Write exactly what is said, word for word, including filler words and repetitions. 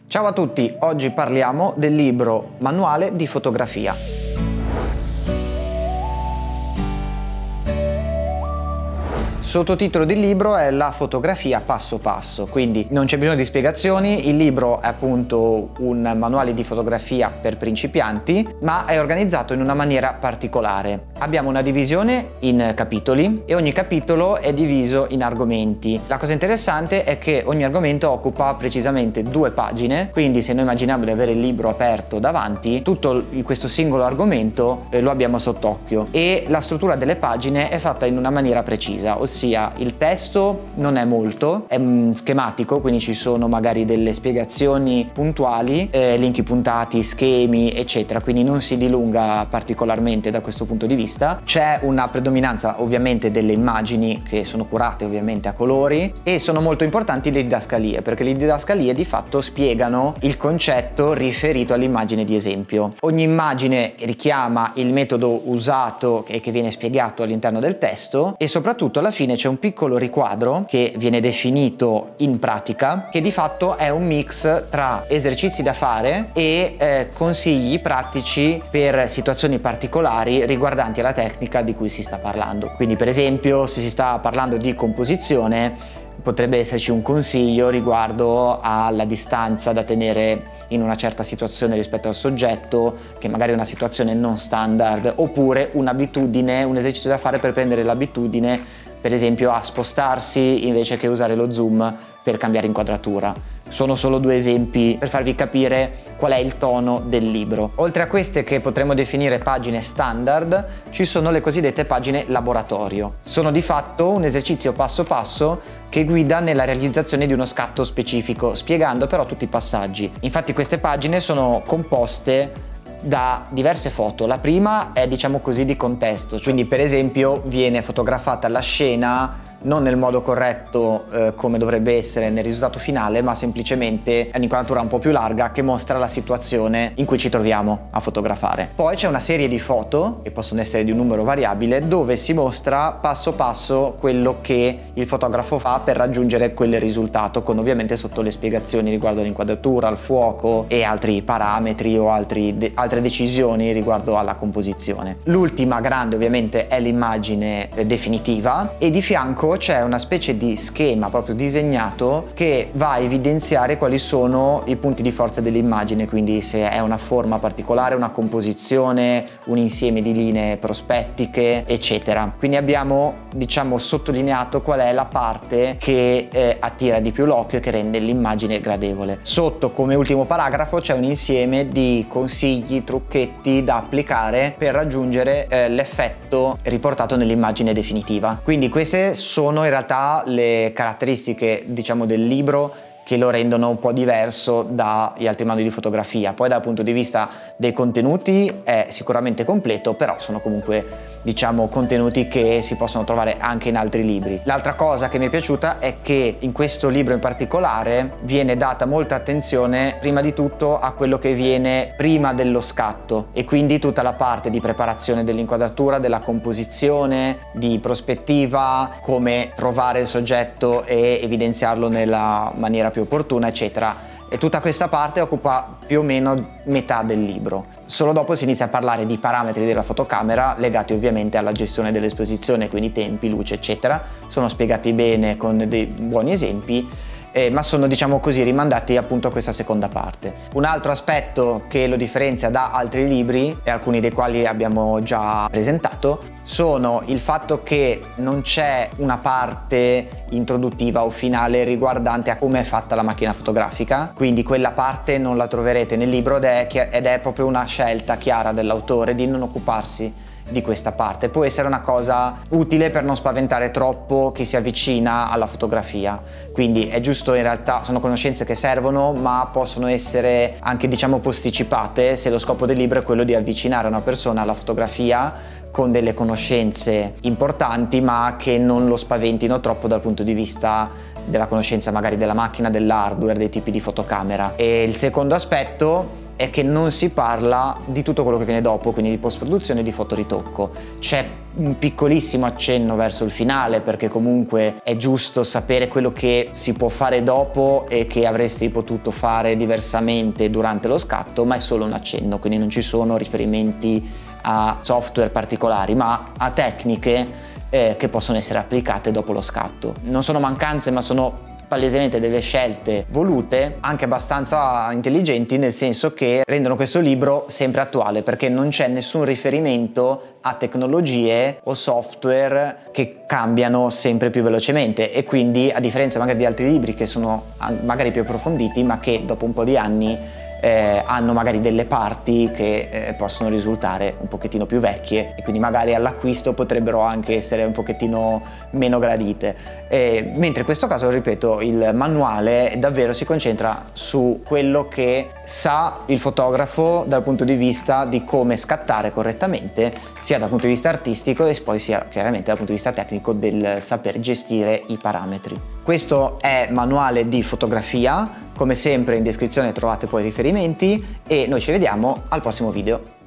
Ciao a tutti, oggi parliamo del libro Manuale di fotografia. Sottotitolo del libro è La fotografia passo passo, quindi non c'è bisogno di spiegazioni, il libro è appunto un manuale di fotografia per principianti, ma è organizzato in una maniera particolare. Abbiamo una divisione in capitoli e ogni capitolo è diviso in argomenti. La cosa interessante è che ogni argomento occupa precisamente due pagine, quindi se noi immaginiamo di avere il libro aperto davanti, tutto questo singolo argomento eh, lo abbiamo sott'occhio e la struttura delle pagine è fatta in una maniera precisa, ossia il testo non è molto, è schematico, quindi ci sono magari delle spiegazioni puntuali, eh, elenchi puntati, schemi eccetera, quindi non si dilunga particolarmente da questo punto di vista. C'è una predominanza ovviamente delle immagini che sono curate ovviamente a colori e sono molto importanti le didascalie, perché le didascalie di fatto spiegano il concetto riferito all'immagine di esempio. Ogni immagine richiama il metodo usato e che viene spiegato all'interno del testo e soprattutto alla fine c'è un piccolo riquadro che viene definito in pratica, che di fatto è un mix tra esercizi da fare e eh, consigli pratici per situazioni particolari riguardanti alla tecnica di cui si sta parlando. Quindi per esempio se si sta parlando di composizione potrebbe esserci un consiglio riguardo alla distanza da tenere in una certa situazione rispetto al soggetto, che magari è una situazione non standard, oppure un'abitudine, un esercizio da fare per prendere l'abitudine per esempio a spostarsi invece che usare lo zoom per cambiare inquadratura. Sono solo due esempi per farvi capire qual è il tono del libro. Oltre a queste che potremmo definire pagine standard, ci sono le cosiddette pagine laboratorio. Sono di fatto un esercizio passo passo che guida nella realizzazione di uno scatto specifico, spiegando però tutti i passaggi. Infatti queste pagine sono composte da diverse foto. La prima è, diciamo così, di contesto, quindi per esempio viene fotografata la scena non nel modo corretto eh, come dovrebbe essere nel risultato finale, ma semplicemente è un'inquadratura un po' più larga che mostra la situazione in cui ci troviamo a fotografare. Poi c'è una serie di foto, che possono essere di un numero variabile, dove si mostra passo passo quello che il fotografo fa per raggiungere quel risultato, con ovviamente sotto le spiegazioni riguardo all'inquadratura, al fuoco e altri parametri o altri de- altre decisioni riguardo alla composizione. L'ultima grande ovviamente è l'immagine eh, definitiva e di fianco c'è una specie di schema proprio disegnato che va a evidenziare quali sono i punti di forza dell'immagine, quindi se è una forma particolare, una composizione, un insieme di linee prospettiche eccetera. Quindi abbiamo diciamo sottolineato qual è la parte che eh, attira di più l'occhio e che rende l'immagine gradevole. Sotto come ultimo paragrafo c'è un insieme di consigli, trucchetti da applicare per raggiungere eh, l'effetto riportato nell'immagine definitiva. Quindi queste sono sono in realtà le caratteristiche diciamo del libro che lo rendono un po' diverso dagli altri manuali di fotografia. Poi dal punto di vista dei contenuti è sicuramente completo, però sono comunque diciamo contenuti che si possono trovare anche in altri libri. L'altra cosa che mi è piaciuta è che in questo libro in particolare viene data molta attenzione prima di tutto a quello che viene prima dello scatto e quindi tutta la parte di preparazione dell'inquadratura, della composizione, di prospettiva, come trovare il soggetto e evidenziarlo nella maniera più opportuna eccetera. E tutta questa parte occupa più o meno metà del libro. Solo dopo si inizia a parlare di parametri della fotocamera legati ovviamente alla gestione dell'esposizione, quindi tempi, luce eccetera. Sono spiegati bene con dei buoni esempi, eh, ma sono diciamo così rimandati appunto a questa seconda parte. Un altro aspetto che lo differenzia da altri libri, e alcuni dei quali abbiamo già presentato, sono il fatto che non c'è una parte introduttiva o finale riguardante a come è fatta la macchina fotografica, quindi quella parte non la troverete nel libro ed è, ed è proprio una scelta chiara dell'autore di non occuparsi di questa parte. Può essere una cosa utile per non spaventare troppo chi si avvicina alla fotografia, quindi è giusto, in realtà sono conoscenze che servono ma possono essere anche diciamo posticipate se lo scopo del libro è quello di avvicinare una persona alla fotografia con delle conoscenze importanti ma che non lo spaventino troppo dal punto di vista della conoscenza magari della macchina, dell'hardware, dei tipi di fotocamera. E il secondo aspetto è che non si parla di tutto quello che viene dopo, quindi di post-produzione e di fotoritocco. C'è un piccolissimo accenno verso il finale, perché comunque è giusto sapere quello che si può fare dopo e che avresti potuto fare diversamente durante lo scatto, ma è solo un accenno, quindi non ci sono riferimenti a software particolari, ma a tecniche eh, che possono essere applicate dopo lo scatto. Non sono mancanze, ma sono palesemente delle scelte volute, anche abbastanza intelligenti, nel senso che rendono questo libro sempre attuale, perché non c'è nessun riferimento a tecnologie o software che cambiano sempre più velocemente, e quindi, a differenza magari di altri libri che sono magari più approfonditi, ma che dopo un po' di anni Eh, hanno magari delle parti che eh, possono risultare un pochettino più vecchie, e quindi magari all'acquisto potrebbero anche essere un pochettino meno gradite, eh, mentre in questo caso, ripeto, il manuale davvero si concentra su quello che sa il fotografo dal punto di vista di come scattare correttamente, sia dal punto di vista artistico e poi sia chiaramente dal punto di vista tecnico del saper gestire i parametri. Questo è Manuale di fotografia. Come sempre in descrizione trovate poi riferimenti, e noi ci vediamo al prossimo video.